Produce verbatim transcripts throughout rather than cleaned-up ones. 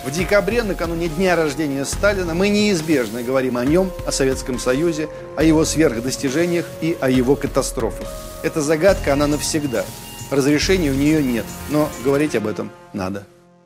В декабре, накануне дня рождения Сталина, мы неизбежно говорим о нем, о Советском Союзе, о его сверхдостижениях и о его катастрофах. Эта загадка, она навсегда. Разрешения у нее нет, но говорить об этом надо.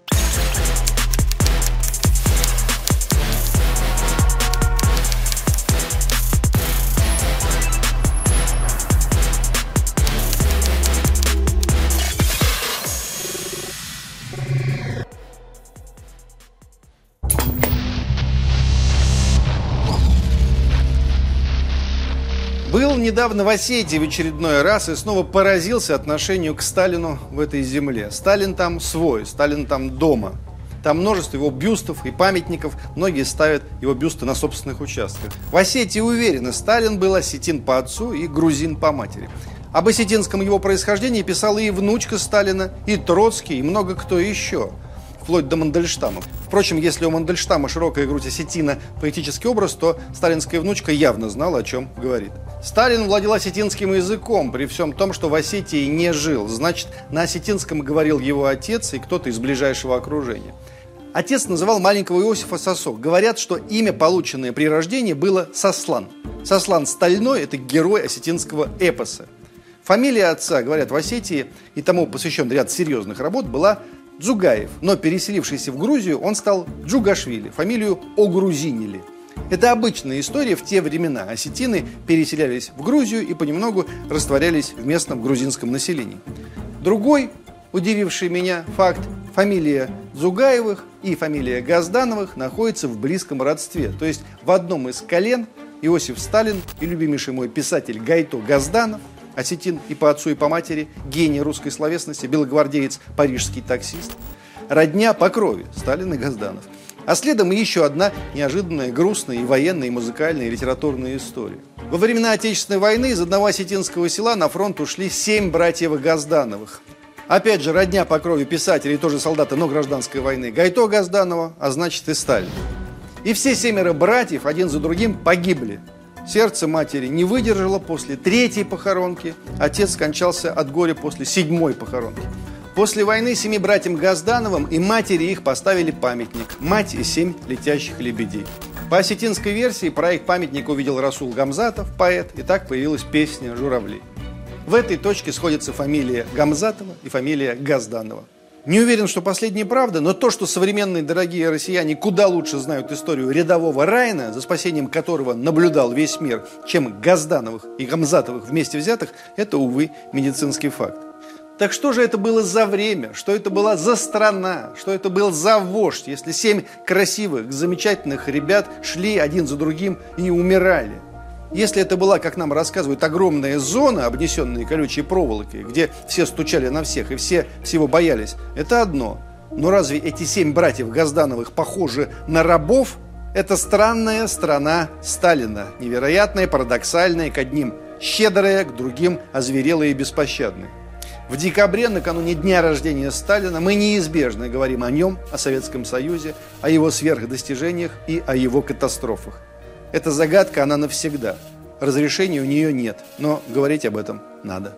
Был недавно в Осетии в очередной раз и снова поразился отношению к Сталину в этой земле. Сталин там свой, Сталин там дома. Там множество его бюстов и памятников, многие ставят его бюсты на собственных участках. В Осетии уверены, Сталин был осетин по отцу и грузин по матери. Об осетинском его происхождении писала и внучка Сталина, и Троцкий, и много кто еще. Вплоть до Мандельштама. Впрочем, если у Мандельштама широкая грудь осетина поэтический образ, то сталинская внучка явно знала, о чем говорит. Сталин владел осетинским языком, при всем том, что в Осетии не жил. Значит, на осетинском говорил его отец и кто-то из ближайшего окружения. Отец называл маленького Иосифа Сосок. Говорят, что имя, полученное при рождении, было Сослан. Сослан Стальной – это герой осетинского эпоса. Фамилия отца, говорят, в Осетии, и тому посвящен ряд серьезных работ, была Джугаев, но переселившийся в Грузию, он стал Джугашвили, фамилию огрузинили. Это обычная история в те времена. Осетины переселялись в Грузию и понемногу растворялись в местном грузинском населении. Другой, удививший меня факт, фамилия Джугаевых и фамилия Газдановых находятся в близком родстве. То есть в одном из колен Иосиф Сталин и любимейший мой писатель Гайто Газданов, осетин и по отцу, и по матери, гений русской словесности, белогвардеец, парижский таксист. Родня по крови Сталин и Газданов. А следом и еще одна неожиданная, грустная и военная, и музыкальная, и литературная история. Во времена Отечественной войны из одного осетинского села на фронт ушли семь братьев Газдановых. Опять же, родня по крови писателя и тоже солдата, но гражданской войны Гайто Газданова, а значит и Сталин. И все семеро братьев один за другим погибли. Сердце матери не выдержало после третьей похоронки. Отец скончался от горя после седьмой похоронки. После войны семи братьям Газдановым и матери их поставили памятник «Мать и семь летящих лебедей». По осетинской версии проект памятника увидел Расул Гамзатов, поэт, и так появилась песня «Журавли». В этой точке сходятся фамилия Гамзатова и фамилия Газданова. Не уверен, что последняя правда, но то, что современные дорогие россияне куда лучше знают историю рядового Райна, за спасением которого наблюдал весь мир, чем Газдановых и Гамзатовых вместе взятых, это, увы, медицинский факт. Так что же это было за время, что это была за страна, что это был за вождь, если семь красивых, замечательных ребят шли один за другим и умирали? Если это была, как нам рассказывают, огромная зона, обнесенная колючей проволокой, где все стучали на всех и все всего боялись, это одно. Но разве эти семь братьев Газдановых похожи на рабов? Это странная страна Сталина, невероятная, парадоксальная, к одним щедрая, к другим озверелая и беспощадная. В декабре, накануне дня рождения Сталина, мы неизбежно говорим о нем, о Советском Союзе, о его сверхдостижениях и о его катастрофах. Эта загадка, она навсегда. Разрешения у нее нет, но говорить об этом надо.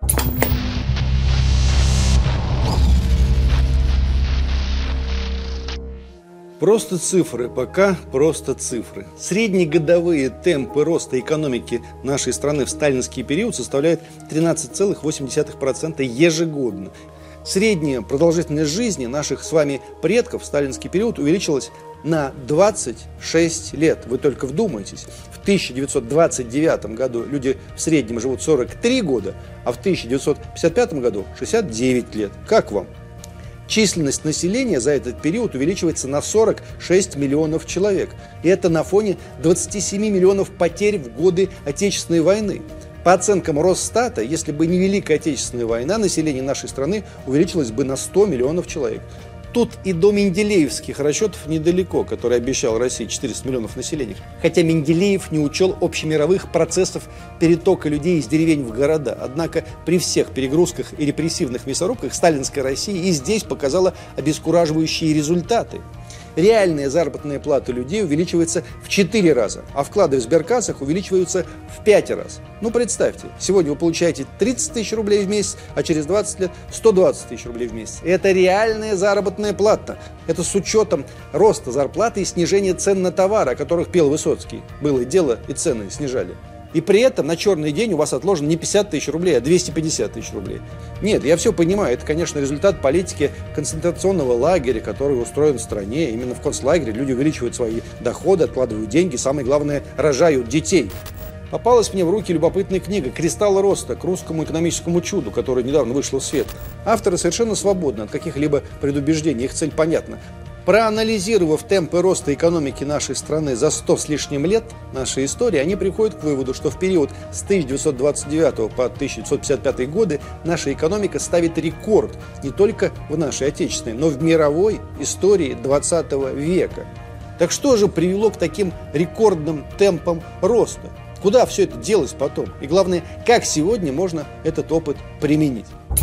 Просто цифры, пока просто цифры. Среднегодовые темпы роста экономики нашей страны в сталинский период составляют тринадцать целых восемь десятых процента ежегодно. Средняя продолжительность жизни наших с вами предков в сталинский период увеличилась на двадцать шесть лет. Вы только вдумайтесь. В тысяча девятьсот двадцать девятом году люди в среднем живут сорок три года, а в тысяча девятьсот пятьдесят пятом году шестьдесят девять лет. Как вам? Численность населения за этот период увеличивается на сорок шесть миллионов человек. И это на фоне двадцати семи миллионов потерь в годы Отечественной войны. По оценкам Росстата, если бы не Великая Отечественная война, население нашей страны увеличилось бы на сто миллионов человек. Тут и до менделеевских расчетов недалеко, который обещал России четыреста миллионов населения. Хотя Менделеев не учел общемировых процессов перетока людей из деревень в города. Однако при всех перегрузках и репрессивных мясорубках сталинская Россия и здесь показала обескураживающие результаты. Реальная заработная плата людей увеличивается в четыре раза, а вклады в сберкассах увеличиваются в пять раз. Ну, представьте, сегодня вы получаете тридцать тысяч рублей в месяц, а через двадцать лет сто двадцать тысяч рублей в месяц. И это реальная заработная плата. Это с учетом роста зарплаты и снижения цен на товары, о которых пел Высоцкий. Было дело, и цены снижали. И при этом на черный день у вас отложено не пятьдесят тысяч рублей, а двести пятьдесят тысяч рублей. Нет, я все понимаю, это, конечно, результат политики концентрационного лагеря, который устроен в стране. Именно в концлагере люди увеличивают свои доходы, откладывают деньги, самое главное, рожают детей. Попалась мне в руки любопытная книга «Кристалл роста» к русскому экономическому чуду, которая недавно вышла в свет. Авторы совершенно свободны от каких-либо предубеждений, их цель понятна. Проанализировав темпы роста экономики нашей страны за сто с лишним лет нашей истории, они приходят к выводу, что в период с тысяча девятьсот двадцать девятого по тысяча девятьсот пятьдесят пятый годы наша экономика ставит рекорд не только в нашей отечественной, но в мировой истории двадцатого века. Так что же привело к таким рекордным темпам роста? Куда все это делось потом? И главное, как сегодня можно этот опыт применить?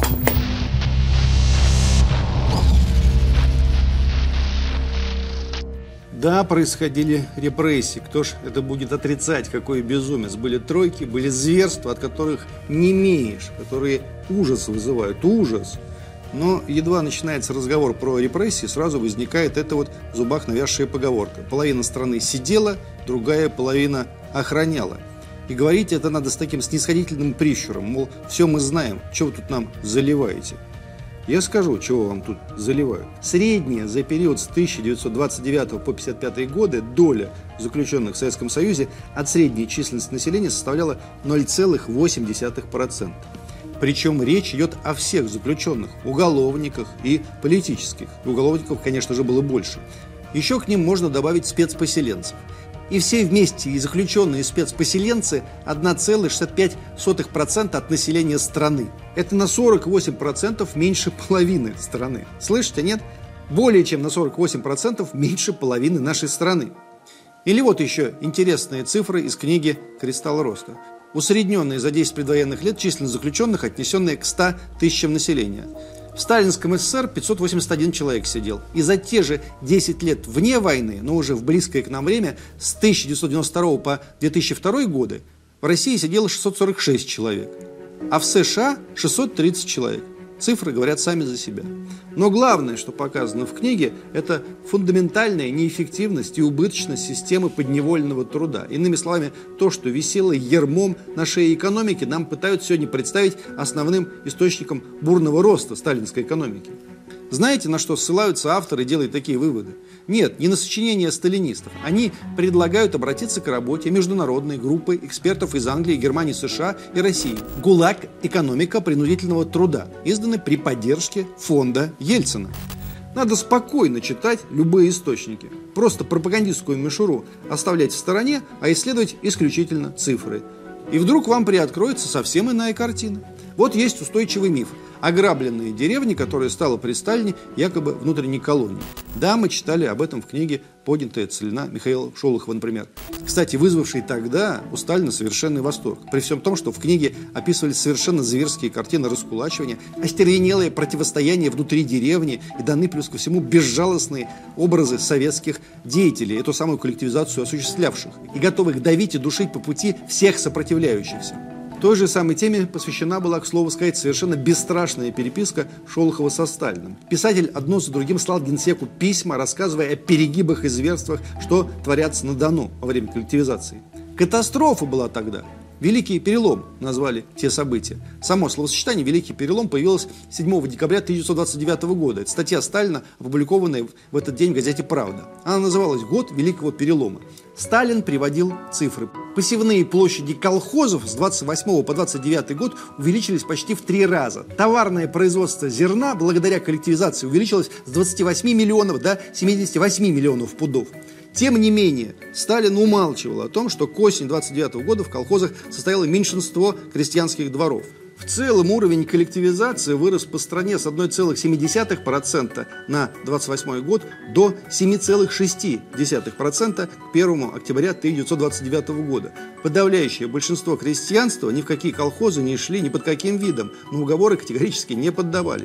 Да, происходили репрессии. Кто ж это будет отрицать, какой безумец. Были тройки, были зверства, от которых не имеешь, которые ужас вызывают, ужас. Но едва начинается разговор про репрессии, сразу возникает эта вот в зубах навязшая поговорка. Половина страны сидела, другая половина охраняла. И говорить это надо с таким снисходительным прищуром, мол, все мы знаем, что вы тут нам заливаете. Я скажу, чего вам тут заливают. Средняя за период с тысяча девятьсот двадцать девятого по пятьдесят пятый годы доля заключенных в Советском Союзе от средней численности населения составляла ноль целых восемь десятых процента. Причем речь идет о всех заключенных, уголовниках и политических. И уголовников, конечно же, было больше. Еще к ним можно добавить спецпоселенцев. И все вместе, и заключенные, и спецпоселенцы, одна целая шестьдесят пять сотых процента от населения страны. Это на сорок восемь процентов меньше половины страны. Слышите, нет? Более чем на сорок восемь процентов меньше половины нашей страны. Или вот еще интересные цифры из книги «Кристалл роста». Усредненные за десять предвоенных лет численность заключенных, отнесенные к ста тысячам населения. В сталинском СССР пятьсот восемьдесят один человек сидел. И за те же десять лет вне войны, но уже в близкое к нам время, с тысяча девятьсот девяносто второго по две тысячи второй годы, в России сидело шестьсот сорок шесть человек. А в США шестьсот тридцать человек. Цифры говорят сами за себя. Но главное, что показано в книге, это фундаментальная неэффективность и убыточность системы подневольного труда. Иными словами, то, что висело ярмом на шее экономики, нам пытаются сегодня представить основным источником бурного роста сталинской экономики. Знаете, на что ссылаются авторы, делая такие выводы? Нет, не на сочинения сталинистов. Они предлагают обратиться к работе международной группы экспертов из Англии, Германии, США и России. «ГУЛАГ. Экономика принудительного труда», изданный при поддержке фонда Ельцина. Надо спокойно читать любые источники. Просто пропагандистскую мишуру оставлять в стороне, а исследовать исключительно цифры. И вдруг вам приоткроется совсем иная картина. Вот есть устойчивый миф. Ограбленные деревни, которая стала при Сталине якобы внутренней колонией. Да, мы читали об этом в книге «Поднятая целина» Михаила Шолохова, например. Кстати, вызвавший тогда у Сталина совершенный восторг. При всем том, что в книге описывались совершенно зверские картины раскулачивания, остервенелое противостояние внутри деревни и даны плюс ко всему безжалостные образы советских деятелей, эту самую коллективизацию осуществлявших и готовых давить и душить по пути всех сопротивляющихся. Той же самой теме посвящена была, к слову сказать, совершенно бесстрашная переписка Шолохова со Сталиным. Писатель одно за другим слал генсеку письма, рассказывая о перегибах и зверствах, что творятся на Дону во время коллективизации. Катастрофа была тогда. Великий перелом назвали те события. Само словосочетание «Великий перелом» появилось седьмого декабря тысяча девятьсот двадцать девятого года. Это статья Сталина, опубликованная в этот день в газете «Правда». Она называлась «Год Великого перелома». Сталин приводил цифры. Посевные площади колхозов с двадцать восьмого по двадцать девятый год увеличились почти в три раза. Товарное производство зерна благодаря коллективизации увеличилось с двадцати восьми миллионов до семидесяти восьми миллионов пудов. Тем не менее, Сталин умалчивал о том, что к осени двадцать девятого года в колхозах состояло меньшинство крестьянских дворов. В целом уровень коллективизации вырос по стране с одной целой семи десятых процента на двадцать восьмой год до семи целых шести десятых процента к первому октября тысяча девятьсот двадцать девятого года. Подавляющее большинство крестьянства ни в какие колхозы не шли ни под каким видом, но уговоры категорически не поддавались.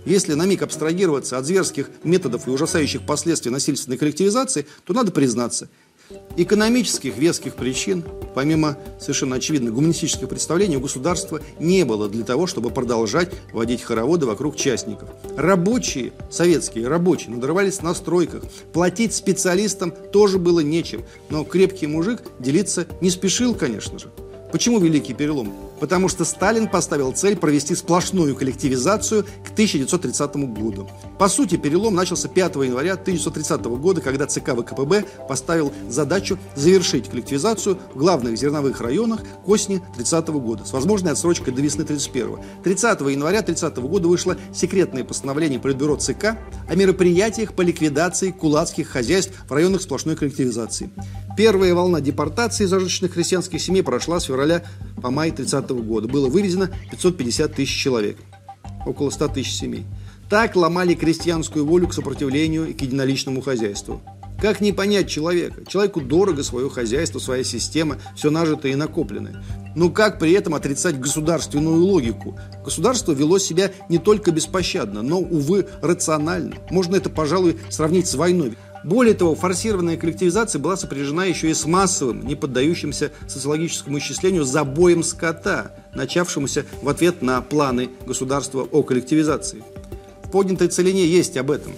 Если на миг абстрагироваться от зверских методов и ужасающих последствий насильственной коллективизации, то надо признаться, экономических веских причин, помимо совершенно очевидных гуманистических представлений, у государства не было для того, чтобы продолжать водить хороводы вокруг частников. Рабочие, советские рабочие, надрывались на стройках, платить специалистам тоже было нечем, но крепкий мужик делиться не спешил, конечно же. Почему великий перелом? Потому что Сталин поставил цель провести сплошную коллективизацию к тысяча девятьсот тридцатому году. По сути, перелом начался пятого января тысяча девятьсот тридцатого года, когда ЦК ВКПБ поставил задачу завершить коллективизацию в главных зерновых районах к осени тридцатого года с возможной отсрочкой до весны тридцать первого. тридцатого января тридцатого года вышло секретное постановление Политбюро ЦК о мероприятиях по ликвидации кулацких хозяйств в районах сплошной коллективизации. Первая волна депортации зажиточных крестьянских семей прошла с февраля по май тридцатого года. Было вывезено пятьсот пятьдесят тысяч человек, около ста тысяч семей. Так ломали крестьянскую волю к сопротивлению и к единоличному хозяйству. Как не понять человека? Человеку дорого свое хозяйство, своя система, все нажитое и накопленное. Но как при этом отрицать государственную логику? Государство вело себя не только беспощадно, но, увы, рационально. Можно это, пожалуй, сравнить с войной. Более того, форсированная коллективизация была сопряжена еще и с массовым, не поддающимся социологическому исчислению забоем скота, начавшемуся в ответ на планы государства о коллективизации. В поднятой целине есть об этом.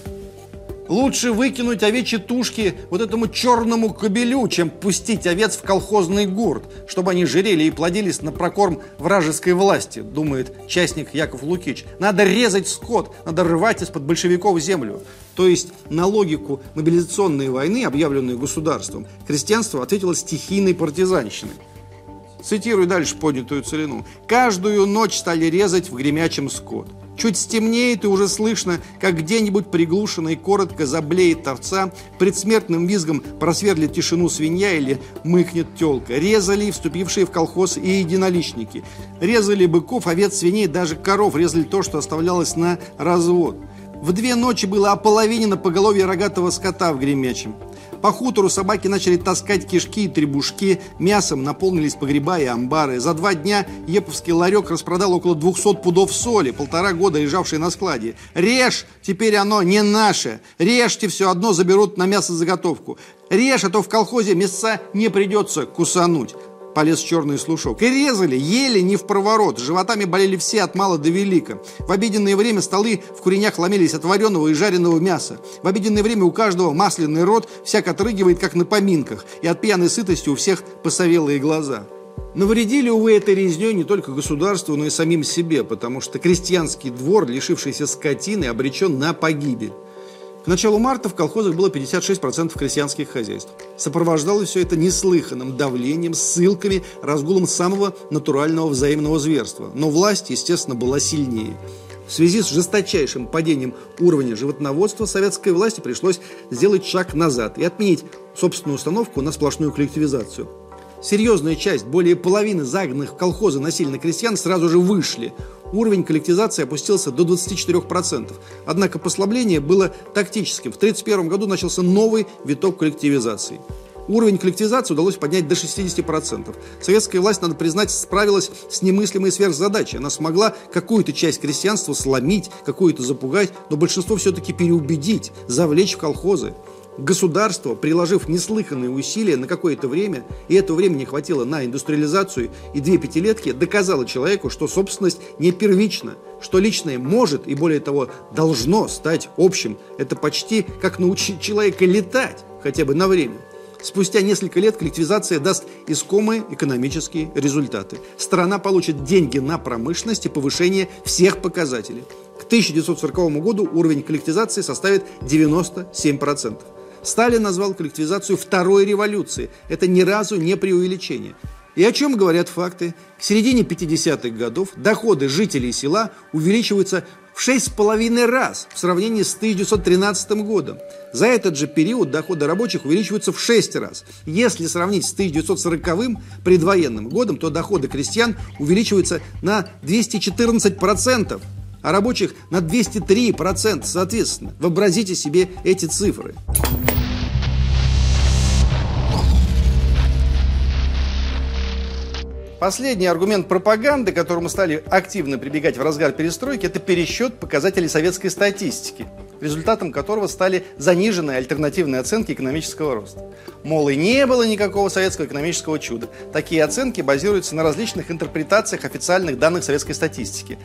Лучше выкинуть овечьи тушки вот этому черному кобелю, чем пустить овец в колхозный гурт, чтобы они жирели и плодились на прокорм вражеской власти, думает частник Яков Лукич. Надо резать скот, надо рвать из-под большевиков землю. То есть на логику мобилизационной войны, объявленную государством, крестьянство ответило стихийной партизанщиной. Цитирую дальше поднятую целину. «Каждую ночь стали резать в гремячем скот. Чуть стемнеет, и уже слышно, как где-нибудь приглушенно и коротко заблеет овца, предсмертным визгом просверлит тишину свинья или мыкнет телка. Резали вступившие в колхоз и единоличники. Резали быков, овец, свиней, даже коров. Резали то, что оставлялось на развод. В две ночи было ополовинено поголовье рогатого скота в Гремячем. По хутору собаки начали таскать кишки и требушки, мясом наполнились погреба и амбары. За два дня еповский ларек распродал около двухсот пудов соли, полтора года лежавшей на складе. Режь, теперь оно не наше. Режьте, все одно заберут на мясозаготовку. Режь, а то в колхозе мясца не придется кусануть. Полез черный слушок. И резали, ели не в проворот. Животами болели все от мала до велика. В обеденное время столы в куренях ломились от вареного и жареного мяса. В обеденное время у каждого масляный рот, всяк отрыгивает, как на поминках. И от пьяной сытости у всех посовелые глаза. Навредили, увы, этой резней не только государству, но и самим себе, потому что крестьянский двор, лишившийся скотины, обречен на погибель. К началу марта в колхозах было пятьдесят шесть процентов крестьянских хозяйств. Сопровождалось все это неслыханным давлением, ссылками, разгулом самого натурального взаимного зверства. Но власть, естественно, была сильнее. В связи с жесточайшим падением уровня животноводства советской власти пришлось сделать шаг назад и отменить собственную установку на сплошную коллективизацию. Серьезная часть, более половины загнанных в колхозы насильно крестьян сразу же вышли. Уровень коллективизации опустился до двадцати четырёх процентов. Однако послабление было тактическим. В тысяча девятьсот тридцать первом году начался новый виток коллективизации. Уровень коллективизации удалось поднять до шестидесяти процентов. Советская власть, надо признать, справилась с немыслимой сверхзадачей. Она смогла какую-то часть крестьянства сломить, какую-то запугать, но большинство все-таки переубедить, завлечь в колхозы. Государство, приложив неслыханные усилия на какое-то время, и этого времени хватило на индустриализацию и две пятилетки, доказало человеку, что собственность не первична, что личное может и, более того, должно стать общим. Это почти как научить человека летать, хотя бы на время. Спустя несколько лет коллективизация даст искомые экономические результаты. Страна получит деньги на промышленность и повышение всех показателей. К тысяча девятьсот сороковому году уровень коллективизации составит девяносто семь процентов. Сталин назвал коллективизацию второй революцией. Это ни разу не преувеличение. И о чем говорят факты? К середине пятидесятых годов доходы жителей села увеличиваются в шесть с половиной раз в сравнении с тысяча девятьсот тринадцатым годом. За этот же период доходы рабочих увеличиваются в шесть раз. Если сравнить с тысяча девятьсот сороковым предвоенным годом, то доходы крестьян увеличиваются на двести четырнадцать процентов, а рабочих на двести три процента соответственно. Вообразите себе эти цифры. Последний аргумент пропаганды, к которому стали активно прибегать в разгар перестройки, это пересчет показателей советской статистики, результатом которого стали заниженные альтернативные оценки экономического роста. Мол, и не было никакого советского экономического чуда. Такие оценки базируются на различных интерпретациях официальных данных советской статистики.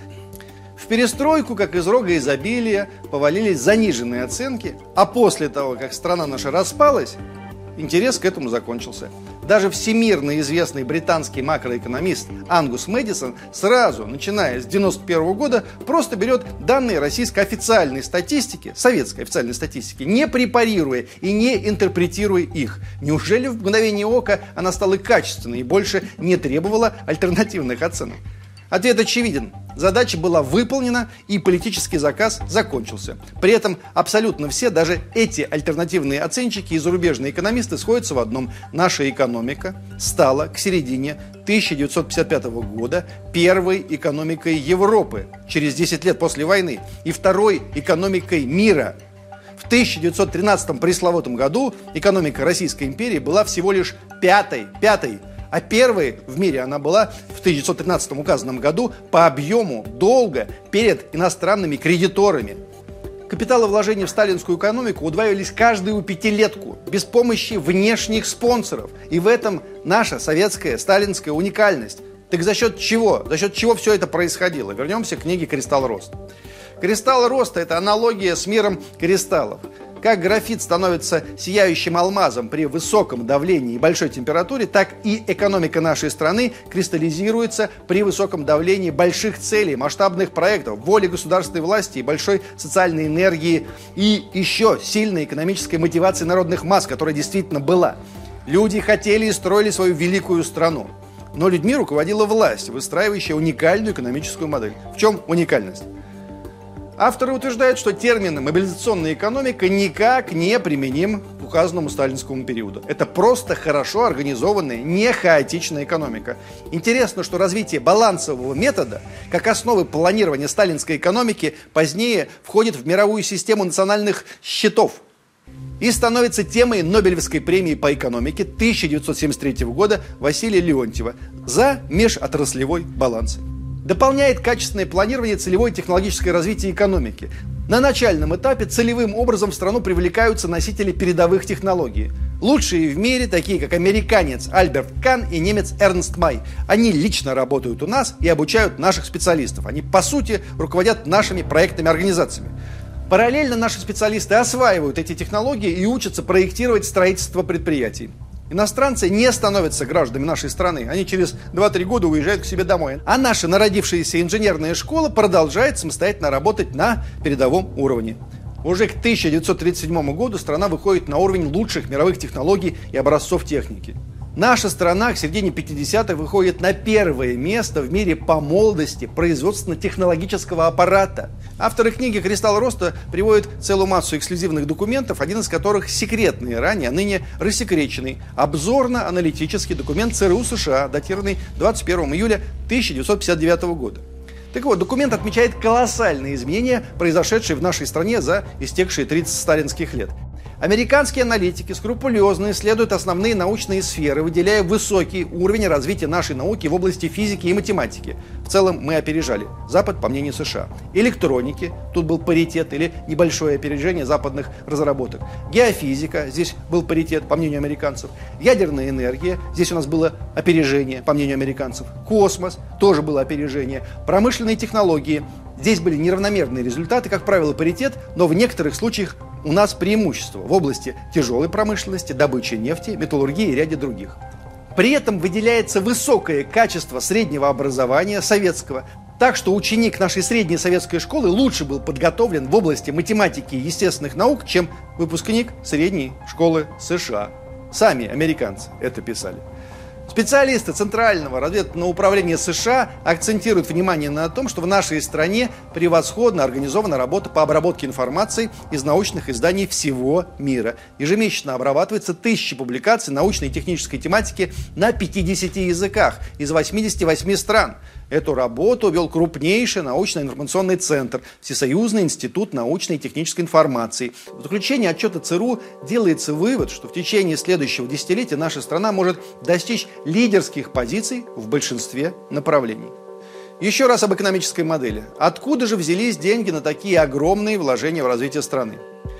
В перестройку, как из рога изобилия, повалились заниженные оценки, а после того, как страна наша распалась, интерес к этому закончился. Даже всемирно известный британский макроэкономист Ангус Мэдисон сразу, начиная с девяносто первого года, просто берет данные российской официальной статистики, советской официальной статистики, не препарируя и не интерпретируя их. Неужели в мгновение ока она стала качественной и больше не требовала альтернативных оценок? Ответ очевиден. Задача была выполнена, и политический заказ закончился. При этом абсолютно все, даже эти альтернативные оценщики и зарубежные экономисты, сходятся в одном. Наша экономика стала к середине тысяча девятьсот пятьдесят пятого года первой экономикой Европы через десять лет после войны и второй экономикой мира. В тысяча девятьсот тринадцатом пресловутом году экономика Российской империи была всего лишь пятой, пятой. А первой в мире она была в тысяча девятьсот тринадцатом указанном году по объему долга перед иностранными кредиторами. Капиталовложения в сталинскую экономику удваивались каждую пятилетку, без помощи внешних спонсоров. И в этом наша советская сталинская уникальность. Так за счет чего? За счет чего все это происходило? Вернемся к книге «Кристалл роста». Кристалл роста – это аналогия с миром кристаллов. Как графит становится сияющим алмазом при высоком давлении и большой температуре, так и экономика нашей страны кристаллизируется при высоком давлении больших целей, масштабных проектов, воли государственной власти и большой социальной энергии и еще сильной экономической мотивации народных масс, которая действительно была. Люди хотели и строили свою великую страну. Но людьми руководила власть, выстраивающая уникальную экономическую модель. В чем уникальность? Авторы утверждают, что термин «мобилизационная экономика» никак не применим к указанному сталинскому периоду. Это просто хорошо организованная, не хаотичная экономика. Интересно, что развитие балансового метода, как основы планирования сталинской экономики, позднее входит в мировую систему национальных счетов и становится темой Нобелевской премии по экономике тысяча девятьсот семьдесят третьего года Василия Леонтьева за межотраслевой баланс. Дополняет качественное планирование целевое технологическое развитие экономики. На начальном этапе целевым образом в страну привлекаются носители передовых технологий. Лучшие в мире, такие как американец Альберт Кан и немец Эрнст Май. Они лично работают у нас и обучают наших специалистов. Они, по сути, руководят нашими проектными организациями. Параллельно наши специалисты осваивают эти технологии и учатся проектировать строительство предприятий. Иностранцы не становятся гражданами нашей страны. Они через два-три года уезжают к себе домой. А наша народившаяся инженерная школа продолжает самостоятельно работать на передовом уровне. Уже к тысяча девятьсот тридцать седьмому году страна выходит на уровень лучших мировых технологий и образцов техники. Наша страна к середине пятидесятых выходит на первое место в мире по молодости производственно-технологического аппарата. Авторы книги «Кристалл роста» приводят целую массу эксклюзивных документов, один из которых секретный, ранее, а ныне рассекреченный, обзорно-аналитический документ ЦРУ США, датированный двадцать первого июля тысяча девятьсот пятьдесят девятого года. Так вот, документ отмечает колоссальные изменения, произошедшие в нашей стране за истекшие тридцать сталинских лет. Американские аналитики скрупулезно исследуют основные научные сферы, выделяя высокий уровень развития нашей науки в области физики и математики. В целом мы опережали Запад, по мнению США. Электроники, тут был паритет или небольшое опережение западных разработок. Геофизика, здесь был паритет, по мнению американцев. Ядерная энергия, здесь у нас было опережение, по мнению американцев. Космос, тоже было опережение. Промышленные технологии, здесь были неравномерные результаты, как правило, паритет, но в некоторых случаях у нас преимущество в области тяжелой промышленности, добычи нефти, металлургии и ряде других. При этом выделяется высокое качество среднего образования советского, так что ученик нашей средней советской школы лучше был подготовлен в области математики и естественных наук, чем выпускник средней школы США. Сами американцы это писали. Специалисты Центрального разведывательного управления США акцентируют внимание на том, что в нашей стране превосходно организована работа по обработке информации из научных изданий всего мира. Ежемесячно обрабатывается тысячи публикаций научной и технической тематики на пятидесяти языках из восьмидесяти восьми стран. Эту работу вел крупнейший научно-информационный центр Всесоюзный институт научной и технической информации. В заключении отчета ЦРУ делается вывод, что в течение следующего десятилетия наша страна может достичь лидерских позиций в большинстве направлений. Еще раз об экономической модели. Откуда же взялись деньги на такие огромные вложения в развитие страны?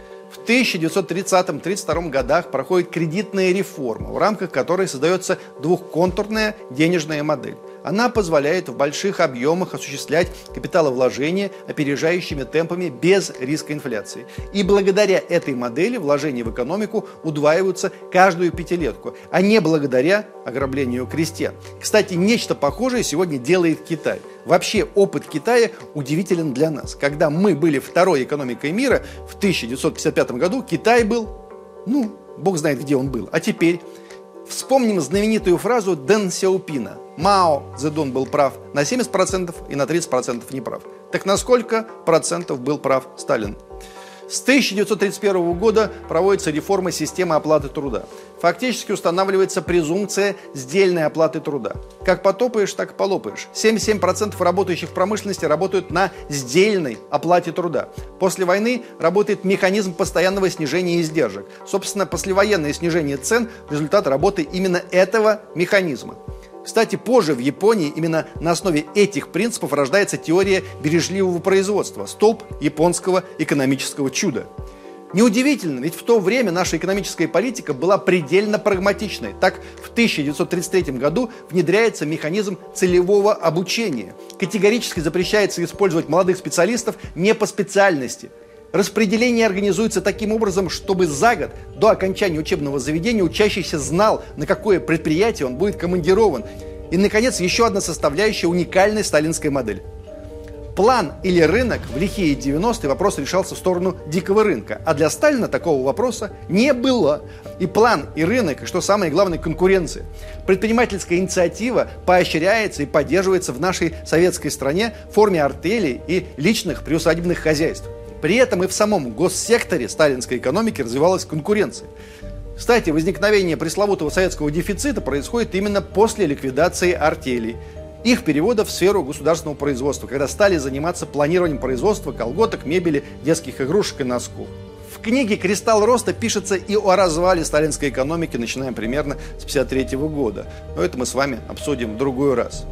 В тысяча девятьсот тридцатом — тридцать втором годах проходит кредитная реформа, в рамках которой создается двухконтурная денежная модель. Она позволяет в больших объемах осуществлять капиталовложения опережающими темпами без риска инфляции. И благодаря этой модели вложения в экономику удваиваются каждую пятилетку, а не благодаря ограблению крестьян. Кстати, нечто похожее сегодня делает Китай. Вообще опыт Китая удивителен для нас. Когда мы были второй экономикой мира, в тысяча девятьсот пятьдесят пятом году Китай был, ну, бог знает, где он был. А теперь вспомним знаменитую фразу Дэн Сяопина. Мао Цзэдун был прав на семьдесят процентов и на тридцать процентов не прав. Так на сколько процентов был прав Сталин? С тысяча девятьсот тридцать первого года проводится реформа системы оплаты труда. Фактически устанавливается презумпция сдельной оплаты труда. Как потопаешь, так и полопаешь. семьдесят семь процентов работающих в промышленности работают на сдельной оплате труда. После войны работает механизм постоянного снижения издержек. Собственно, послевоенное снижение цен – результат работы именно этого механизма. Кстати, позже в Японии именно на основе этих принципов рождается теория бережливого производства – столб японского экономического чуда. Неудивительно, ведь в то время наша экономическая политика была предельно прагматичной. Так, в тысяча девятьсот тридцать третьем году внедряется механизм целевого обучения. Категорически запрещается использовать молодых специалистов не по специальности. Распределение организуется таким образом, чтобы за год до окончания учебного заведения учащийся знал, на какое предприятие он будет командирован. И, наконец, еще одна составляющая уникальной сталинской модели. План или рынок в лихие девяностые вопрос решался в сторону дикого рынка, а для Сталина такого вопроса не было. И план, и рынок, и что самое главное, конкуренция. Предпринимательская инициатива поощряется и поддерживается в нашей советской стране в форме артелей и личных приусадебных хозяйств. При этом и в самом госсекторе сталинской экономики развивалась конкуренция. Кстати, возникновение пресловутого советского дефицита происходит именно после ликвидации артелей, их перевода в сферу государственного производства, когда стали заниматься планированием производства колготок, мебели, детских игрушек и носков. В книге «Кристалл роста» пишется и о развале сталинской экономики, начиная примерно с пятьдесят третьего года. Но это мы с вами обсудим в другой раз.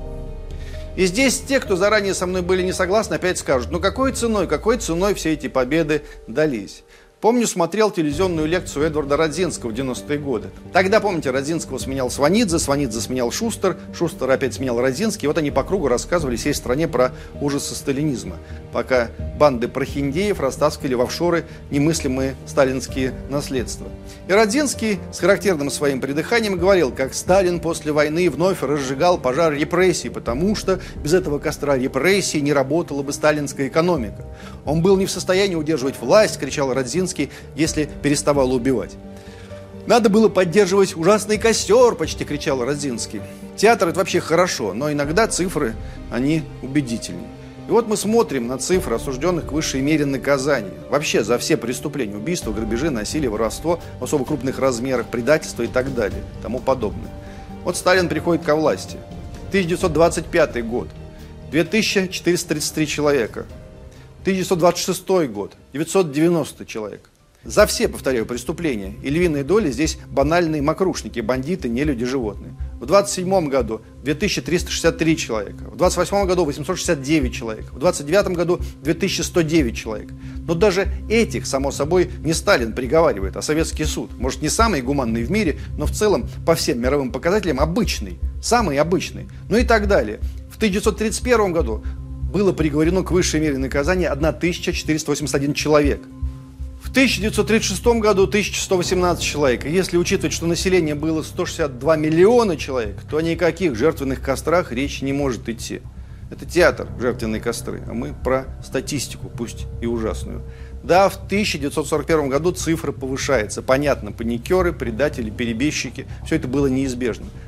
И здесь те, кто заранее со мной были не согласны, опять скажут, ну какой ценой, какой ценой все эти победы дались? Помню, смотрел телевизионную лекцию Эдварда Радзинского в девяностые годы. Тогда, помните, Радзинского сменял Сванидзе, Сванидзе сменял Шустер, Шустер опять сменял Радзинский. Вот они по кругу рассказывали всей стране про ужасы сталинизма, пока банды прохиндеев растаскивали в офшоры немыслимые сталинские наследства. И Радзинский с характерным своим придыханием говорил, как Сталин после войны вновь разжигал пожар репрессий, потому что без этого костра репрессий не работала бы сталинская экономика. Он был не в состоянии удерживать власть, кричал Радзинский, если переставал убивать. Надо было поддерживать ужасный костер, почти кричал Радзинский. Театр — это вообще хорошо, но иногда цифры, они убедительны. И вот мы смотрим на цифры осужденных к высшей мере наказания. Вообще за все преступления, убийства, грабежи, насилие, воровство в особо крупных размерах, предательство и так далее, тому подобное. Вот Сталин приходит ко власти. тысяча девятьсот двадцать пятый год. две тысячи четыреста тридцать три человека. тысяча девятьсот двадцать шестой год. девятьсот девяносто человек. За все, повторяю, преступления и львиной доли здесь банальные мокрушники, бандиты, нелюди, животные. В двадцать седьмом году две тысячи триста шестьдесят три человека, в двадцать восьмом году восемьсот шестьдесят девять человек, в двадцать девятом году две тысячи сто девять человек. Но даже этих, само собой, не Сталин приговаривает, а советский суд. Может, не самый гуманный в мире, но в целом по всем мировым показателям обычный, самый обычный, ну и так далее. В тысяча девятьсот тридцать первом году было приговорено к высшей мере наказания тысяча четыреста восемьдесят один человек. В тысяча девятьсот тридцать шестом году тысяча сто восемнадцать человек. И если учитывать, что население было сто шестьдесят два миллиона человек, то о никаких жертвенных кострах речи не может идти. Это театр, жертвенные костры, а мы про статистику, пусть и ужасную. Да, в тысяча девятьсот сорок первом году цифра повышается. Понятно, паникеры, предатели, перебежчики. Все это было неизбежно.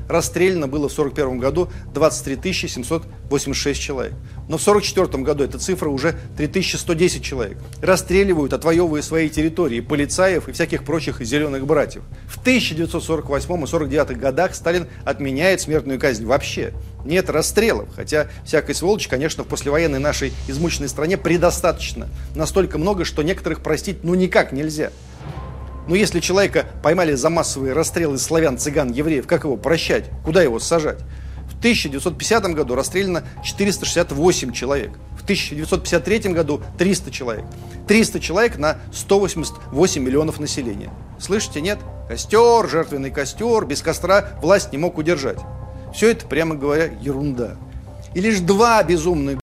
расстреляно было в сорок первом году двадцать три тысячи семьсот восемьдесят шесть человек. Но в сорок четвёртом году эта цифра уже три тысячи сто десять человек. Расстреливают, отвоевывая свои территории, полицаев и всяких прочих зеленых братьев. В тысяча девятьсот сорок восьмом и сорок девятом годах Сталин отменяет смертную казнь вообще. Нет расстрелов, хотя всякой сволочи, конечно, в послевоенной нашей измученной стране предостаточно. Настолько много, что некоторых простить ну никак нельзя. Но если человека поймали за массовые расстрелы славян, цыган, евреев, как его прощать? Куда его сажать? В тысяча девятьсот пятидесятом году расстреляно четыреста шестьдесят восемь человек. В тысяча девятьсот пятьдесят третьем году триста человек. триста человек на сто восемьдесят восемь миллионов населения. Слышите, нет? Костер, жертвенный костер, без костра власть не мог удержать. Все это, прямо говоря, ерунда. И лишь два безумных